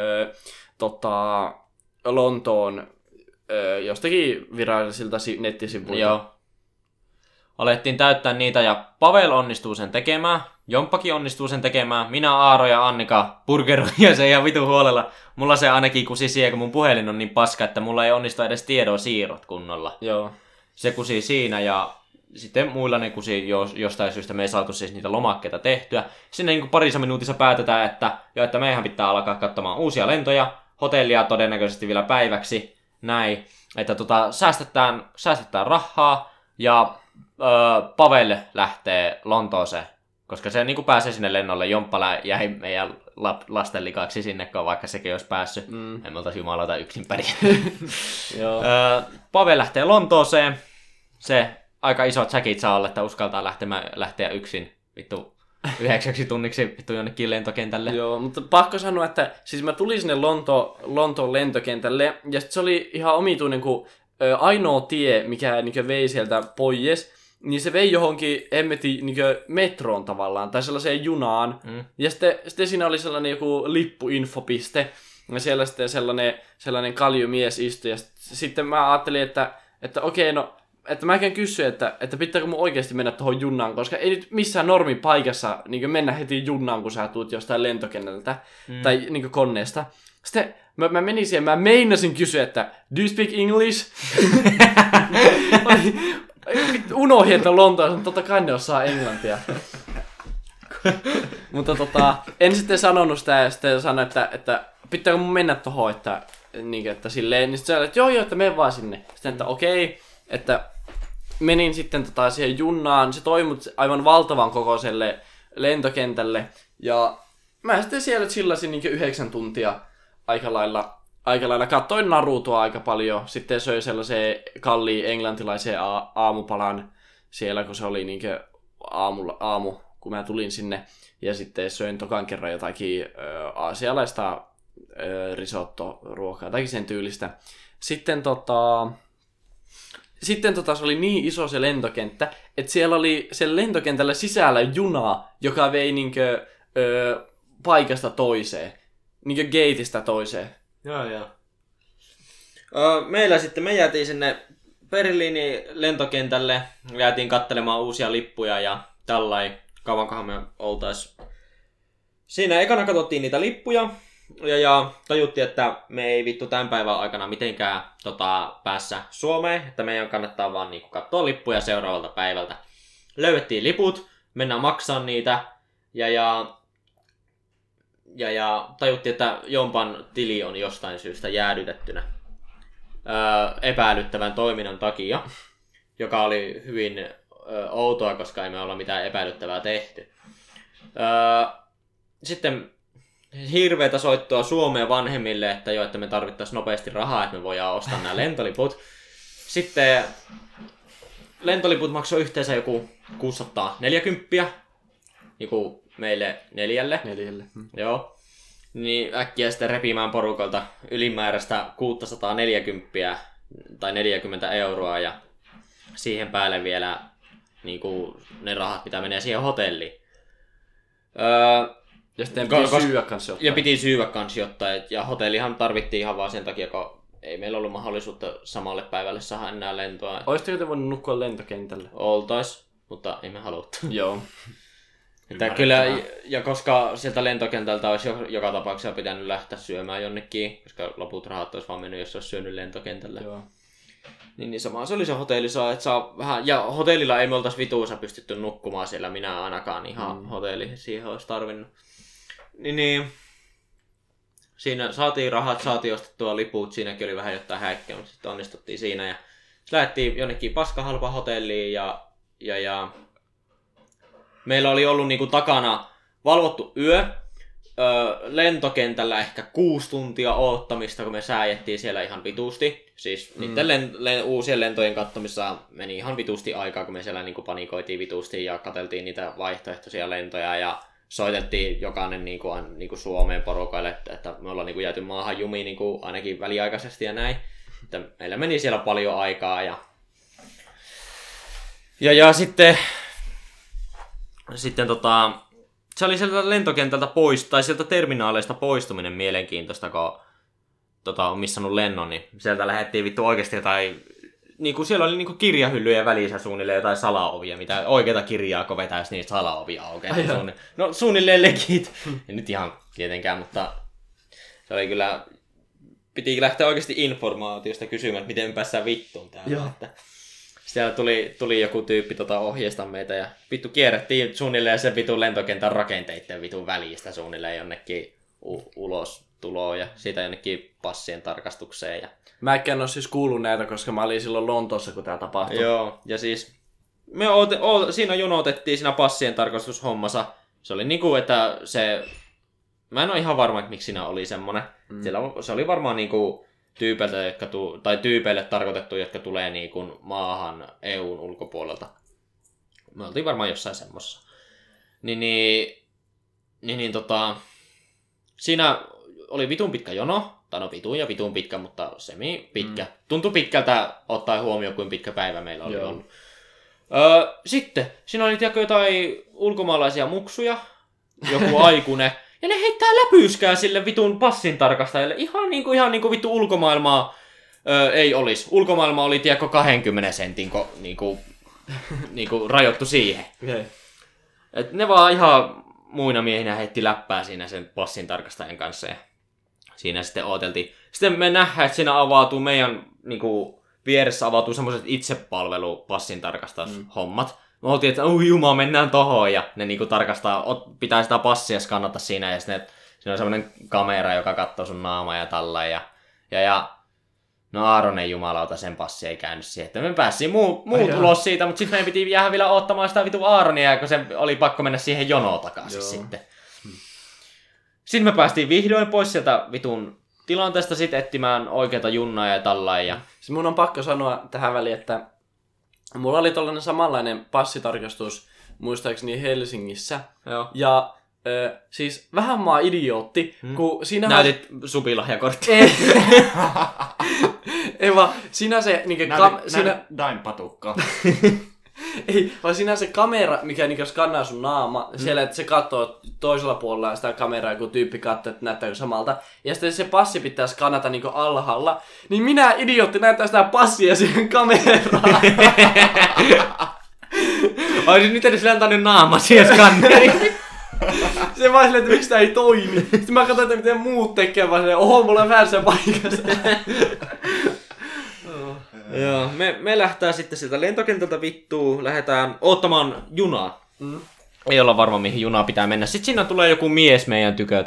Lontoon jostakin virallisilta nettisivuilta. Joo. Alettiin täyttää niitä ja Pavel onnistuu sen tekemään. Jomppakin onnistuu sen tekemään. Minä, Aaro ja Annika burgeroja sen ihan vitu huolella. Mulla se ainakin kusi siihen, kun mun puhelin on niin paska, että mulla ei onnistu edes tiedonsiirrot kunnolla. Joo. Se kusi siinä ja sitten muilla ne kusi jostain syystä. Me ei saatu siis niitä lomakkeita tehtyä. Sinne niin parissa minuutissa päätetään, että meidän pitää alkaa katsomaan uusia lentoja. Hotellia todennäköisesti vielä päiväksi. Näin. Että säästetään rahaa ja Pavel lähtee Lontooseen, koska se niin pääsee sinne lennolle. Jomppa jäi meidän lasten likaksi sinne, vaikka sekin olisi päässyt. En me oltaisi jumalauta yksin pärjää. Pavel lähtee Lontooseen. Se aika isot säkit saa olla, että uskaltaa lähteä yksin vittu 9 tunniksi vittu jonnekin lentokentälle. Joo, mutta pakko sanoa, että siis mä tulin sinne Lontoon lentokentälle, ja sit se oli ihan omituinen, kun ainoa tie, mikä vei sieltä pois, niin se vei johonkin metroon tavallaan, tai sellaiseen junaan. Ja sitten siinä oli sellainen joku lippuinfopiste, ja siellä sitten sellainen kaljumies istui, ja sitten mä ajattelin, että okei, no, että mä käyn kysyä, että pitääkö mun oikeasti mennä tuohon junnaan, koska ei nyt missään normipaikassa niin mennä heti junnaan, kun sä tuut jostain lentokennältä tai niin koneesta. Sitten mä menin siihen, mä meinasin kysyä, että do you speak English? Unohdin, että Lontoossa, totta kai ne osaa englantia. Mutta en sitten sanonut sitä ja sitten sanoin, että pitääkö mun mennä tohon, että silleen, niin sitten sanoin, että joo, että mene vaan sinne. Sitten, että okei, että menin sitten siihen junnaan, se toi mut aivan valtavan kokoiselle lentokentälle, ja mä sitten siellä chillasin 9 tuntia aika lailla katsoin Narutoa aika paljon, sitten söin sellaisen kalliin englantilaisen aamupalan siellä, kun se oli aamu, kun mä tulin sinne, ja sitten söin tokan kerran jotakin aasialaista risotto-ruokaa, tai sen tyylistä. Sitten se oli niin iso se lentokenttä, että siellä oli sen lentokentällä sisällä juna, joka vei paikasta toiseen. Gateista toiseen. Joo. Me jäätiin sinne Berliinin lentokentälle, jäätiin katselemaan uusia lippuja ja tällainen. Kauankohan me oltais. Siinä ekana katsottiin niitä lippuja ja tajuttiin, että me ei vittu tämän päivän aikana mitenkään päässä Suomeen, että meidän kannattaa vaan niinku katsoa lippuja seuraavalta päivältä. Löydettiin liput, mennään maksamaan niitä ja tajuttiin, että Jompan tili on jostain syystä jäädytettynä epäilyttävän toiminnan takia, joka oli hyvin outoa, koska ei me olla mitään epäilyttävää tehty. Sitten hirveätä soittoa Suomeen vanhemmille, että me tarvittaisiin nopeasti rahaa, että me voidaan ostaa nämä lentoliput. Sitten lentoliput maksoi yhteensä joku 640, joku meille 4. Joo. Niin äkkiä sitten repimään porukalta ylimääräistä 640 tai 40 euroa ja siihen päälle vielä niinku ne rahat, mitä menee siihen hotelliin. Ja sitten piti syyä kans jotain. Ja piti syyä kans jotain. Ja hotellihan tarvittiin ihan vaan sen takia, kun ei meillä ollut mahdollisuutta samalle päivälle saada enää lentoa. Oisitteko te voinut nukkua lentokentällä? Oltais, mutta ei me haluttu. Joo. Että kyllä, ja koska sieltä lentokentältä olisi joka tapauksessa pitänyt lähteä syömään jonnekin, koska loput rahat olisi vaan mennyt, jos olisi syönyt lentokentällä. Joo. Niin sama se oli se hotellisaa, että saa vähän, ja hotellilla ei me oltaisi vituusa pystytty nukkumaan siellä, minä ainakaan ihan hotelli siihen olisi tarvinnut. Niin, siinä saatiin rahat, saatiin ostettua liput, siinäkin oli vähän jotain häikkiä, mutta sitten onnistuttiin siinä ja lähdettiin jonnekin paskahalpa hotelliin ja meillä oli ollut niinku takana valvottu yö, lentokentällä ehkä 6 tuntia oottamista, kun me sääjettiin siellä ihan vitusti. Siis niiden uusien lentojen kattomissa meni ihan vitusti aikaa, kun me siellä niinku panikoitiin vitusti ja katseltiin niitä vaihtoehtoisia lentoja ja soitettiin jokainen niinku Suomeen porukaille, että me ollaan niinku jääty maahan jumiin niinku ainakin väliaikaisesti ja näin. Että meillä meni siellä paljon aikaa ja sitten se oli sieltä lentokentältä tai sieltä terminaaleista poistuminen mielenkiintoista, kun on missannut lennon, niin sieltä lähdettiin vittu oikeasti jotain, niinku siellä oli niinku kirjahyllyjen välissä suunnilleen jotain salaovia, mitä oikeita kirjaa, kun vetäisi niitä salaovia aukeaa. No suunnilleen legit. Ja nyt ihan tietenkään, mutta se oli kyllä, piti lähteä oikeasti informaatiosta kysymään, että miten me päästään vittuun täällä. Että siellä tuli joku tyyppi ohjeista meitä ja vittu kierrettiin suunnilleen sen vitun lentokentän rakenteiden vitun välistä suunnilleen jonnekin ulos tuloon ja siitä jonnekin passien tarkastukseen. Ja Mä en ole siis kuullut näitä, koska mä olin silloin Lontoossa, kun tää tapahtui. joo, ja siis me siinä jonotettiin siinä passien tarkastushommassa. Se oli niinku, että se... Mä en ole ihan varma, että miksi siinä oli semmonen. Siellä se oli varmaan niinku tyypeille tarkoitettu, jotka tulee niinku maahan EUn ulkopuolelta. Me oltiin varmaan jossain semmossa. Siinä oli vitun pitkä jono. Tai no vitun pitkä, mutta semi pitkä. Tuntui pitkältä ottaen huomioon, kuin pitkä päivä meillä oli ollut. Sitten siinä oli jotain ulkomaalaisia muksuja. Joku aikuinen. Ja ne heittää läpyyskää sille vitun passin tarkastajalle. Ihan niinku vittu ulkomaailmaa ei olisi. Ulkomaailma oli 20 sentin niinku rajoittu siihen. Okay. Et ne vaan ihan muina miehinä heitti läppää siinä sen passin tarkastajan kanssa. Ja siinä sitten odoteltiin. Sitten me nähdään, että siinä avautuu meidän niinku, vieressä avautuu semmoiset itsepalvelu-passin tarkastushommat. Me oltiin, että jumala, mennään tohon, ja ne niinku tarkastaa, pitää sitä passia skannata siinä, ja siinä on semmoinen kamera, joka katsoo sun naamaa ja tällä, ja no Aaronen jumalauta, sen passi ei käynyt siihen, että me päästiin muut ulos siitä, mutta sitten meidän piti jäädä vielä ottamaan sitä vitun Aaronia, kun se oli pakko mennä siihen jonoon takaisin sitten. Sitten me päästiin vihdoin pois sieltä vitun tilanteesta sitten etsimään oikeata junnaa ja tällä, ja siis mun on pakko sanoa tähän väliin, että mulla oli tollainen samanlainen passitarkastus, muistaakseni Helsingissä. Joo. Ja siis vähän mä oon idiootti, kun siinä näytit supilahjakorttia. Ei vaan, siinä se... Siinä Daim-patukkaa. Ei, vaan siinä se kamera, mikä niinku skannaa sun naama, siellä, että se katsoo toisella puolella sitä kameraa, kun tyyppi katsoo, että näyttääkö samalta. Ja sitten se passi pitää skannata niinku alhaalla. Niin minä, idiootti, näyttää sitä passia siihen kameraan. Olisin nyt edes lentänyt naama siihen skanneriin. Se vaan silleen, että miksi tää ei toimi. Sitten mä katsoin, että miten muut tekee, vaan silleen, oho, mulla on väärässä paikassa. Joo, me lähtää sitten sieltä lentokentältä vittuun, lähdetään ottamaan junaa. Ei olla varma, mihin junaa pitää mennä. Sitten siinä tulee joku mies meidän tykö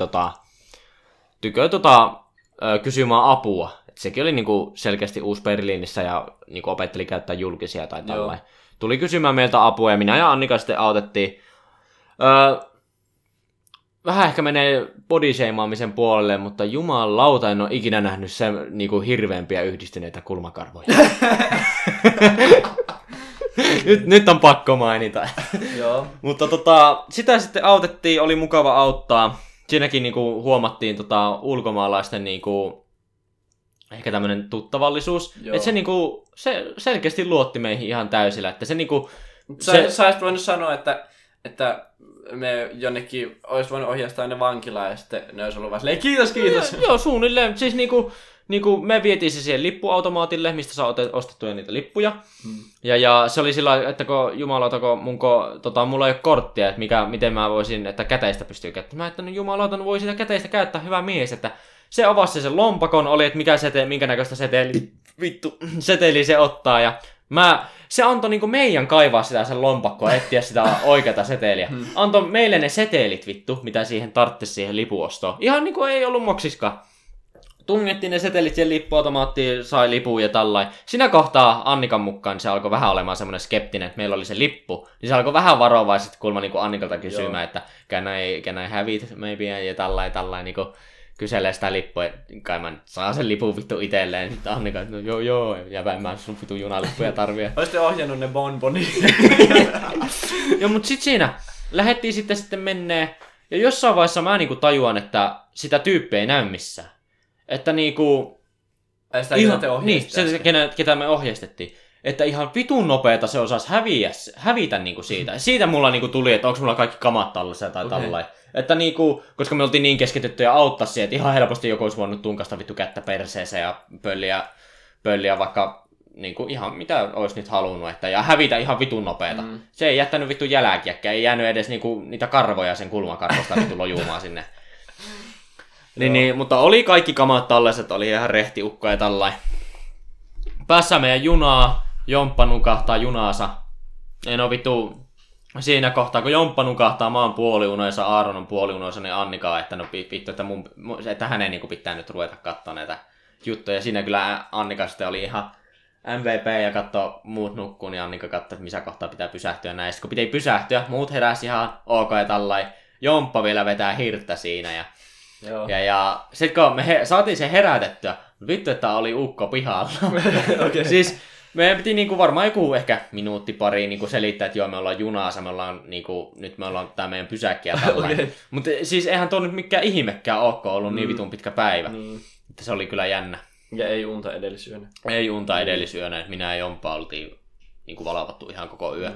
kysymään apua. Et sekin oli niinku selkeästi uusi Berliinissä ja niinku opetteli käyttää julkisia tai tällainen. Tuli kysymään meiltä apua ja minä ja Annika sitten autettiin. Vähän ehkä menee bodyshameaamisen puolelle, mutta jumalauta en ole ikinä nähnyt sen niinku hirveämpiä yhdistyneitä kulmakarvoja. nyt on pakko mainita. Joo. Mutta sitä sitten autettiin, oli mukava auttaa. Siinäkin niinku huomattiin ulkomaalaisten niinku, ehkä tämmönen tuttavallisuus. Että se, niinku, se selkeästi luotti meihin ihan täysillä. Että se niinku... Sä olisit voinut sanoa, että me jonnekin olisi voinut ohjastaa ne vankilaan ja sitten ne olisi ollut vaan silleen, kiitos. Joo, suunnilleen. Siis niinku, niinku, me vietiin se siihen lippuautomaatille, mistä saa ostettuja niitä lippuja. Ja se oli sillä että kun jumalauta, kun mulla ei ole korttia, että miten mä voisin, että käteistä pystyy käyttämään. Mä että no jumalauta, no voi sitä käteistä käyttää, hyvä mies, että se avasi sen lompakon, oli, että minkä näköistä seteli se ottaa, ja se antoi niinku meidän kaivaa sitä sen lompakkoa, etsiä sitä oikeata seteliä. Antoi meille ne setelit vittu, mitä siihen tarttisi siihen lipuostoon. Ihan niinku ei ollut moksiskaan. Tungettiin ne setelit siihen lippuautomaattiin, sai lipun ja tällain. Siinä kohtaa Annikan mukaan se alkoi vähän olemaan semmoinen skeptinen, että meillä oli se lippu. Niin se alkoi vähän varovaiset kulma niinku Annikalta kysymään, että can I have it maybe ja tällain niinku kyselee sitä lippua, kai mä saan sen lipun vittu itselleen. Sitten Annika, että no joo, ja mä sun vittu junalippuja tarvii. Olisitte ohjannut ne bonboni. Joo, mut sit siinä lähdettiin sitten menneen, ja jossain vaiheessa mä niinku tajuan, että sitä tyyppiä ei näy missään. Että niinku... Sitä niin, se ketä me ohjeistettiin. Että ihan vitun nopeeta se osasi hävitä niinku siitä. Siitä mulla niinku tuli, että onko mulla kaikki kamat tallessa tai tällainen. Että niinku, koska me oltiin niin keskityttyjä auttaa siihen, että ihan helposti joku olisi voinut tunkasta vittu kättä perseeseen ja pölliä vaikka niinku ihan mitä olisi nyt halunnut, että ja hävitä ihan vitun nopeeta. Se ei jättänyt vittu jälkiäkään, ei jäänyt edes niinku niitä karvoja sen kulmakarvosta vittu lojumaan sinne. niin, mutta oli kaikki kamat tallessa, oli ihan rehtiukko ja tällainen. Päässä meidän junaa, Jomppa nukahtaa junaansa. En oo vittu siinä kohtaa, kun Jomppa nukahtaa, mä oon puoliunoissa, Aaron on puoliunoissa, niin Annika, että no vittu, että hänen niinku pitää nyt ruveta katsoa näitä juttuja. Siinä kyllä Annika sitten oli ihan MVP ja katsoi muut nukkuun, niin Annika katsoi, että missä kohtaa pitää pysähtyä näistä. Kun piti pysähtyä, muut heräsi ihan ok ja tällain. Jomppa vielä vetää hirttä siinä ja sitten kun me saatiin sen herätettyä, vittu, että oli ukko pihalla. Okay. Siis meidän piti niinku varmaan joku ehkä minuutti pari niinku selittää, että joo, me ollaan junassa, me ollaan niinku, nyt me ollaan tää meidän pysäkki ja tällainen. Okay. Mutta siis eihän tuo nyt mikään ihmekään ole ollut niin vitun pitkä päivä. Että se oli kyllä jännä. Ja ei unta edellisyönä. Ei unta edellisyönä, että minä ja Jomppa oltiin niinku valvattu ihan koko yö.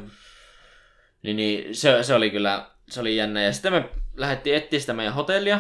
Niin se oli kyllä, se oli jännä. Ja sitten me lähdettiin etsiä sitä meidän hotellia.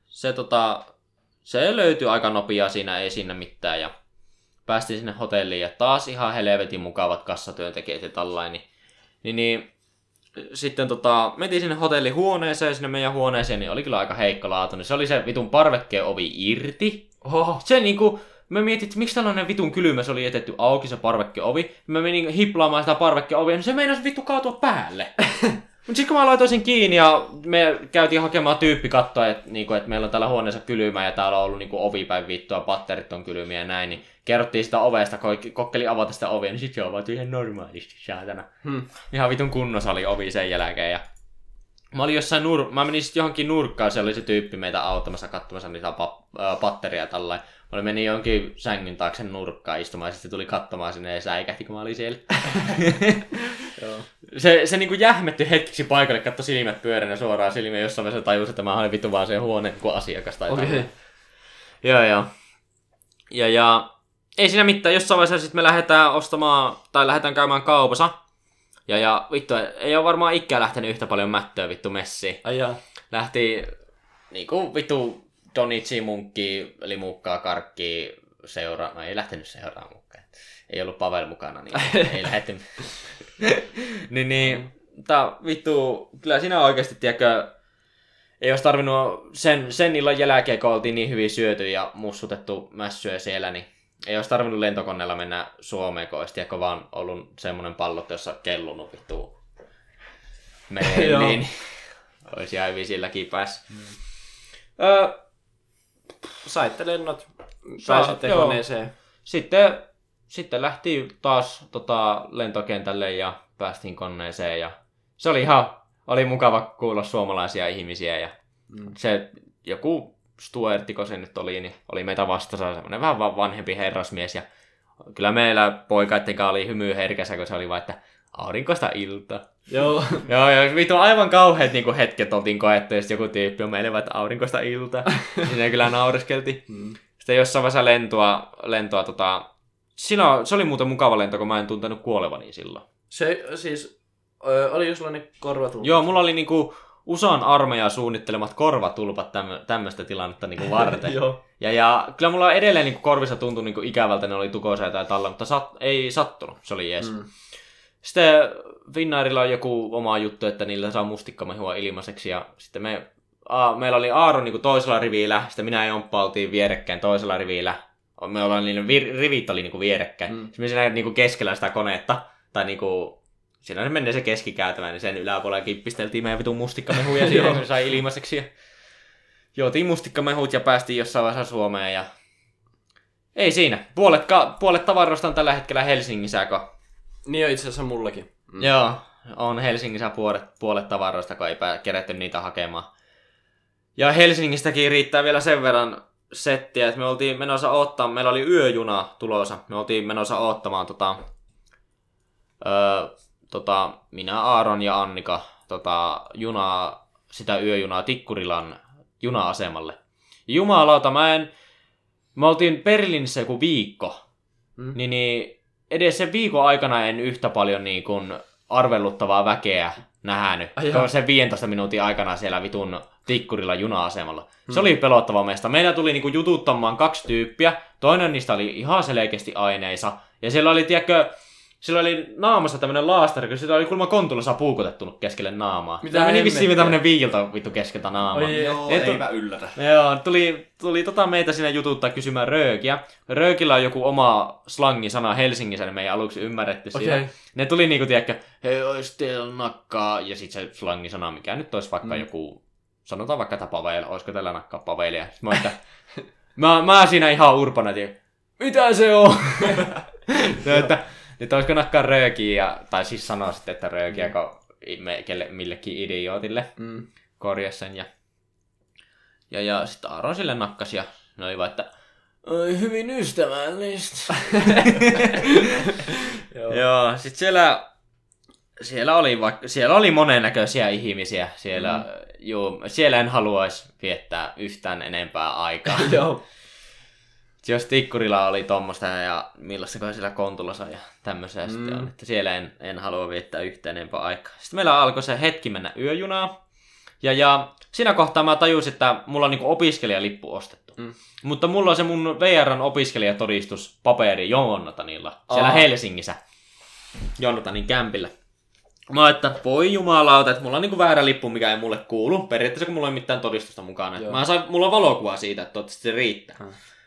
Se löytyi aika nopeaa siinä, ei siinä mitään. Ja päästiin sinne hotelliin ja taas ihan helvetin mukavat kassatyöntekijät ja tällainen. Niin, sitten mentiin sinne hotellihuoneeseen, sinne meidän huoneeseen, niin oli kyllä aika heikko laatu. Se oli se vitun parvekkeen ovi irti. Se niinku, me mietit, että miksi tällainen vitun kylmä se oli jätetty auki se parvekkeen ovi. Me menin hiplaamaan sitä parvekkeen ovia, niin se meinasi vittu kaatua päälle. Mutta sitten kun mä laitoin sen kiinni ja me käytiin hakemaan tyyppikattoa, että meillä on täällä huoneessa kylmä ja täällä on ollut niinku ovipäin vittua, patterit on kylmiä ja näin, niin kerrottiin sitä ovesta, kokkeli avata sitä ovea, niin sitten se avautui ihan normaalisti, saatana. Ihan vitun kunnossa oli ovi sen jälkeen ja mä olin jossain mä menin sitten johonkin nurkkaan, se oli se tyyppi meitä auttamassa katsomassa niitä patteria ja tällainen. Mä menin jonkin sängyn taakse nurkkaan istumaan ja sitten tuli katsomaan sinne ja säikähti, kun mä olin siellä. Se niinku jähmettyi hetkeksi paikalle, katsoi silmät pyöränä suoraan silmiä, jossain vaiheessa tajusi, että mä olin vittu vaan sen huoneen kuin asiakas tai tällainen. Joo. Ja ei siinä mitään, jossain vaiheessa sitten me lähdetään ostamaan, tai lähdetään käymään kaupassa. Ja vittu, ei ole varmaan ikään lähtenyt yhtä paljon mättöä vittu messiin. Lähti niinku vittu Donitsi, munkki, limukkaa, karkki, no ei lähtenyt seuraan mukaan. Ei ollut Pavel mukana, niin ei lähdetty. Tää vittu, kyllä siinä oikeesti, tiedätkö, ei olisi tarvinnut sen illan jälkeen, kun oltiin niin hyvin syöty ja mussutettu mässyä siellä, niin ei olisi tarvinnut lentokoneella mennä Suomeen, kun olisi tiedätkö, vaan ollut semmonen pallot, jossa kellunut vittu mereen, niin olisi ihan hyvin silläkin päässä. Saitte lennot, pääsitte koneeseen. Sitten lähti taas lentokentälle ja päästiin koneeseen ja se oli mukava kuulla suomalaisia ihmisiä ja se joku Stuartiko se nyt oli, niin oli meitä vastassa semmoinen vähän vanhempi herrasmies ja kyllä meillä poikaittenkaan oli hymy herkässä, kun se oli vaan, että aurinkoista iltaa. Joo, vittu aivan kauheat niinku hetket oltiin koettu, ja joku tyyppi on meille vaan, että aurinkoista iltaa. Siinä kyllä naureskeltiin. Sitten jossain vaiheessa lentoa se oli muuten mukava lento, kun mä en tuntenut kuolevani silloin. Se siis, oli jo sellainen korvatulta. Joo, mulla oli niinku USAn armeijan suunnittelemat korvatulpat tämmöistä tilannetta niinku varten. Joo. Ja kyllä mulla edelleen niinku korvissa tuntui niinku ikävältä, ne oli tukoisia tai talla, mutta ei sattunut, se oli jees. Sitten Finnairilla on joku oma juttu, että niillä saa mustikkamehua ilmaiseksi, ja sitten meillä oli Aaron niinku toisella rivillä, sitten minä ja Jomppa oltiin vierekkäin toisella rivillä. Me ollaan niiden rivit oli niinku vierekkäin. Sitten me siinä niinku keskellä sitä konetta, tai niinku siinä se menee se keskikäytävä, niin sen yläpuolella kippisteltiin meidän vitun mustikkamehuja siihen, kun sai ilmaiseksi. Ja juotiin mustikkamehut ja päästiin jossain vaiheessa Suomeen. Ja ei siinä. Puolet tavaroista on tällä hetkellä Helsingissä. Niin on itse asiassa mullakin. Joo, on Helsingissä puolet tavaroista, kun ei kerätty niitä hakemaan. Ja Helsingistäkin riittää vielä sen verran settiä, että me oltiin menossa ottamaan, meillä oli yöjuna tulossa. Me oltiin menossa ottamaan minä, Aaron ja Annika sitä yöjunaa Tikkurilan juna-asemalle. Jumalauta, me oltiin Berliinissä joku viikko, niin edes sen viikon aikana en yhtä paljon niin kuin arvelluttavaa väkeä nähnyt. Sen 15 minuutin aikana siellä vitun Tikkurilla juna-asemalla. Se oli pelottava mesta. Meillä tuli niinku jututtamaan 2 tyyppiä. Toinen niistä oli ihan selkeästi aineisa. Ja siellä oli naamassa tämmönen laastari, kun sitä oli kulma kontulassa puukotettunut keskelle naamaa. Mitä meni vissiin tämmönen viilta vittu keskeltä naamaa. Joo, eipä yllätä. Joo, tuli meitä siinä jututtaa kysymään röökiä. Röökillä on joku oma slangisana Helsingissä, niin me ei aluksi ymmärretty sitä. Ne tuli niinku, tiedätkö, hei, ois teillä nakkaa, ja sit se slangisana, mikä nyt olisi vaikka joku, sanotaan vaikka tapaveila, oisko teillä nakkaa paveilia. Mä siinä ihan urpana, tiedä, mitä se on? Nyt olisiko nakkaa röökiä, tai siis sanoa sitten, että röökiä, kun millekin idiootille korjasi sen. Ja sitten Aaron sille nakkasi, ja ne oli vaan, että oi, hyvin ystävällistä. Joo, sit siellä oli monennäköisiä ihmisiä. Siellä en haluaisi viettää yhtään enempää aikaa. Joo. Jos Tikkurilla oli tommoista ja millaista siellä Kontulassa ja tämmöisiä sitten on, että siellä en halua viettää yhtään enempää aikaa. Sitten meillä alkoi se hetki mennä yöjunaa. Ja siinä kohtaa mä tajusin, että mulla on niinku opiskelijalippu ostettu. Mutta mulla on se mun VR:n opiskelijatodistuspaperi Jonathanilla siellä Helsingissä. Jonathanin kämpillä. Mä että voi jumalauta, että mulla on niinku väärä lippu, mikä ei mulle kuulu. Periaatteessa kun mulla ei mitään todistusta mukana. Mulla on valokuva siitä, että toivottavasti se riittää.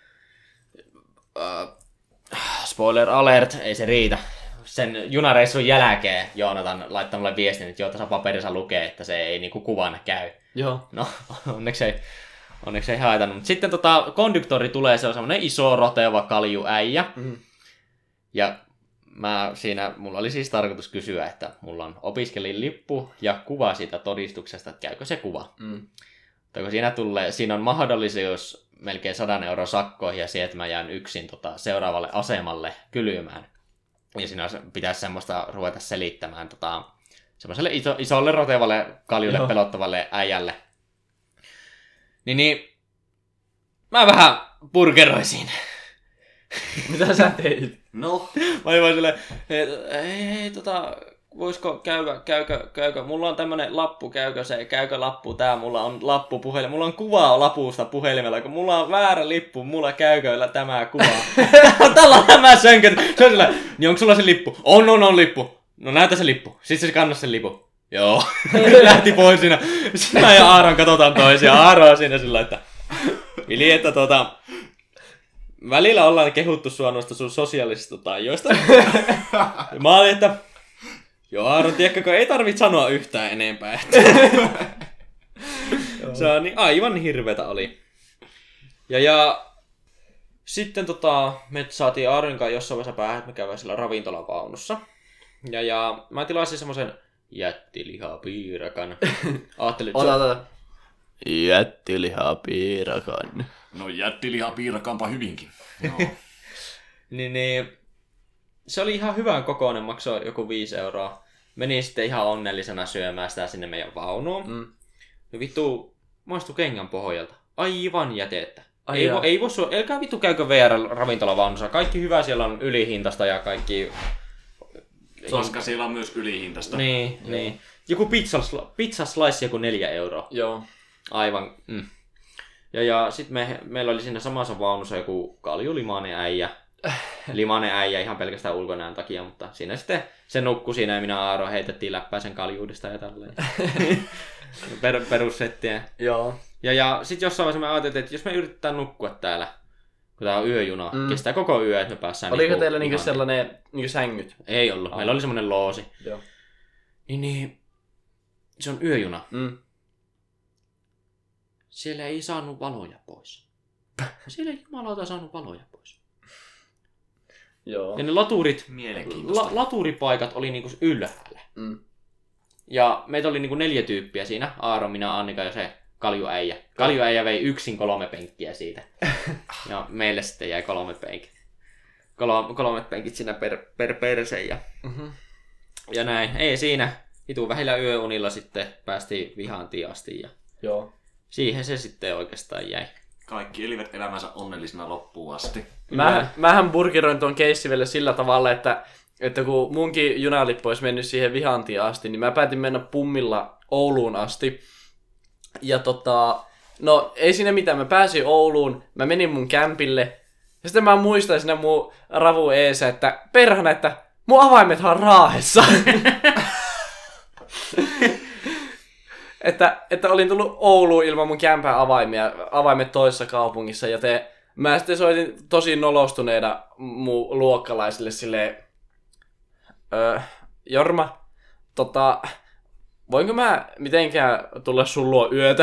Spoiler alert, ei se riitä. Sen junareissun jälkeen Joonatan laittaa mulle viestin, että tässä paperissa lukee, että se ei niinku kuvana käy. Joo. No, onneksi ei haitannut. Mutta sitten konduktori tulee, se on semmonen iso roteva kaljuäijä. Ja mulla oli siis tarkoitus kysyä, että mulla on opiskelin lippu ja kuva siitä todistuksesta, että käykö se kuva. Kun siinä on mahdollisuus melkein 100 € sakkoihin ja siihen, että mä jään yksin seuraavalle asemalle kylyymään. Ja siinä pitäisi semmoista ruveta selittämään semmoiselle isolle rotevalle kaljulle pelottavalle äijälle. Niin mä vähän purkeroisin. Mitä sä teit? No. Mä olin vaan silleen, hei, voisiko käykö, mulla on tämmönen lappu, käykö lappu tää, mulla on lappu puhelimella, mulla on kuva lapusta puhelimella, kun mulla on väärä lippu, mulla käykö tämä kuva. Tällä tämä sönköt. Se on silleen, niin onko sulla se lippu? On lippu. No näytä se lippu. Sitten se kannas sen lippu. Joo. Lähti pois siinä. Sinä ja Aaron katsotaan toisiaan. Aaron siinä sillä, että Vili, että välillä ollaan kehuttu sua noista sun sosiaalisista taijoista. Mä olin, että joo, Aaron, tiedätkö, ei tarvitse sanoa yhtään enempää. Se on niin aivan hirvetä oli. Ja sitten me saatiin Aaron kanssa jossain vaiheessa päähän, että me käydään siellä ravintolavaunussa. Ja mä tilasin semmosen jättilihapiirakan. Ajattelin, Ota. Jättilihapiirakan. No jättilihapiirakaanpa hyvinkin. No. niin, se oli ihan hyvän kokoinen, maksoi joku 5 €. Menin sitten ihan onnellisena syömään sitä sinne meidän vaunuun. Ja vittu, maistui kengän pohjalta. Aivan jätettä. Älkää vittu käykö VR-ravintolavaunussa. Kaikki hyvä siellä on ylihintasta ja kaikki... Koska siellä on myös ylihintasta. Niin. joku pizza slice joku 4 euroa. Joo. Aivan. Ja sit meillä oli siinä samassa vaunussa joku kaljulimainen äijä. Limainen äijä ihan pelkästään ulkonäön takia, mutta siinä sitten se nukkui siinä ja minä Aaro heitettiin läppää sen kaljuudesta ja tälleen. Perussettiä. Joo. Ja sit jossain vaiheessa me ajateltiin, että jos me yritetään nukkua täällä, kun tää on yöjuna, kestää koko yö, että me päässään... Oliko teillä niinku sellainen niinku sängyt? Ei ollut. Meillä oli semmonen loosi. Joo. Niin, se on yöjuna. Mm. Siellä ei saanut valoja pois. Siellä ei jumalauta saanut valoja pois. Joo. Ja ne laturit, Mielenkiintoista. laturipaikat oli niinku ylhäällä. Mm. Ja meitä oli niinku 4 tyyppiä siinä. Aaro, minä, Annika ja se kaljuäijä. Kaljuäijä vei yksin 3 penkkiä siitä. Ja meille sitten jäi 3 penkkiä. 3 penkit siinä per perse ja näin. Ei siinä. Vitu vähillä yöunilla sitten päästiin Vihantiin asti ja Joo. siihen se sitten oikeastaan jäi. Kaikki elivät elämänsä onnellisena loppuun asti. Mähän burgeroin tuon keissi vielä sillä tavalla, että kun munkin junalippu olisi mennyt siihen Vihantiin asti, niin mä päätin mennä pummilla Ouluun asti. Ja no ei siinä mitään, mä pääsin Ouluun, mä menin mun kämpille. Ja sitten mä muistan siinä mun ravu eessä, että perhana, että mun avaimethan on Raahessa. että olin tullut Ouluun ilman mun kämpän avaimia, avaimet toisessa kaupungissa. Ja mä sitten soitin tosi nolostuneena mun luokkalaisille silleen, Jorma, voinko mä mitenkään tulla sun luo yötä?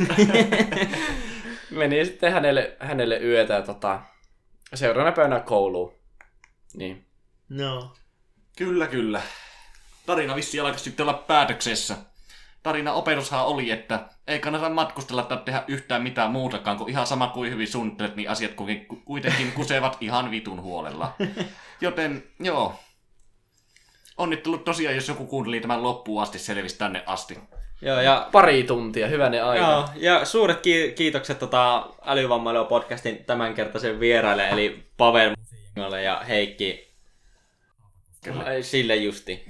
Meni sitten hänelle yötä ja seuraavana päivänä kouluun. Niin. No. Kyllä. Tarina vissiin alkaa sitten olla päätöksessä. Tarina opetushan oli, että ei kannata matkustella tai tehdä yhtään mitään muutakaan, kun ihan sama kuin hyvin suunnittelet, niin asiat kuitenkin kusevat ihan vitun huolella. Joten, joo. Onnittelut tosiaan, jos joku kuunteli tämän loppuun asti, selvisi tänne asti. Joo, ja Pari tuntia, hyvänen aika. Joo, ja suuret kiitokset Älyvammailua podcastin tämänkertaisen vieraille, eli Pavel Musingolle ja Heikki. Kyllä. Sille justi.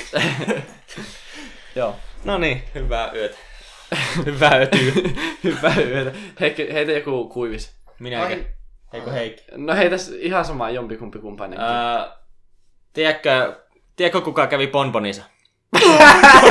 Joo. No niin, hyvää yötä. Hyvää yötyä. Hyvää yötä. Heitä joku kuivis. Minäkin. Eikö Heikki? No heitäs ihan sama jompikumpi kumpainenkin. Tiedätkö kuka kävi Bonbonissa?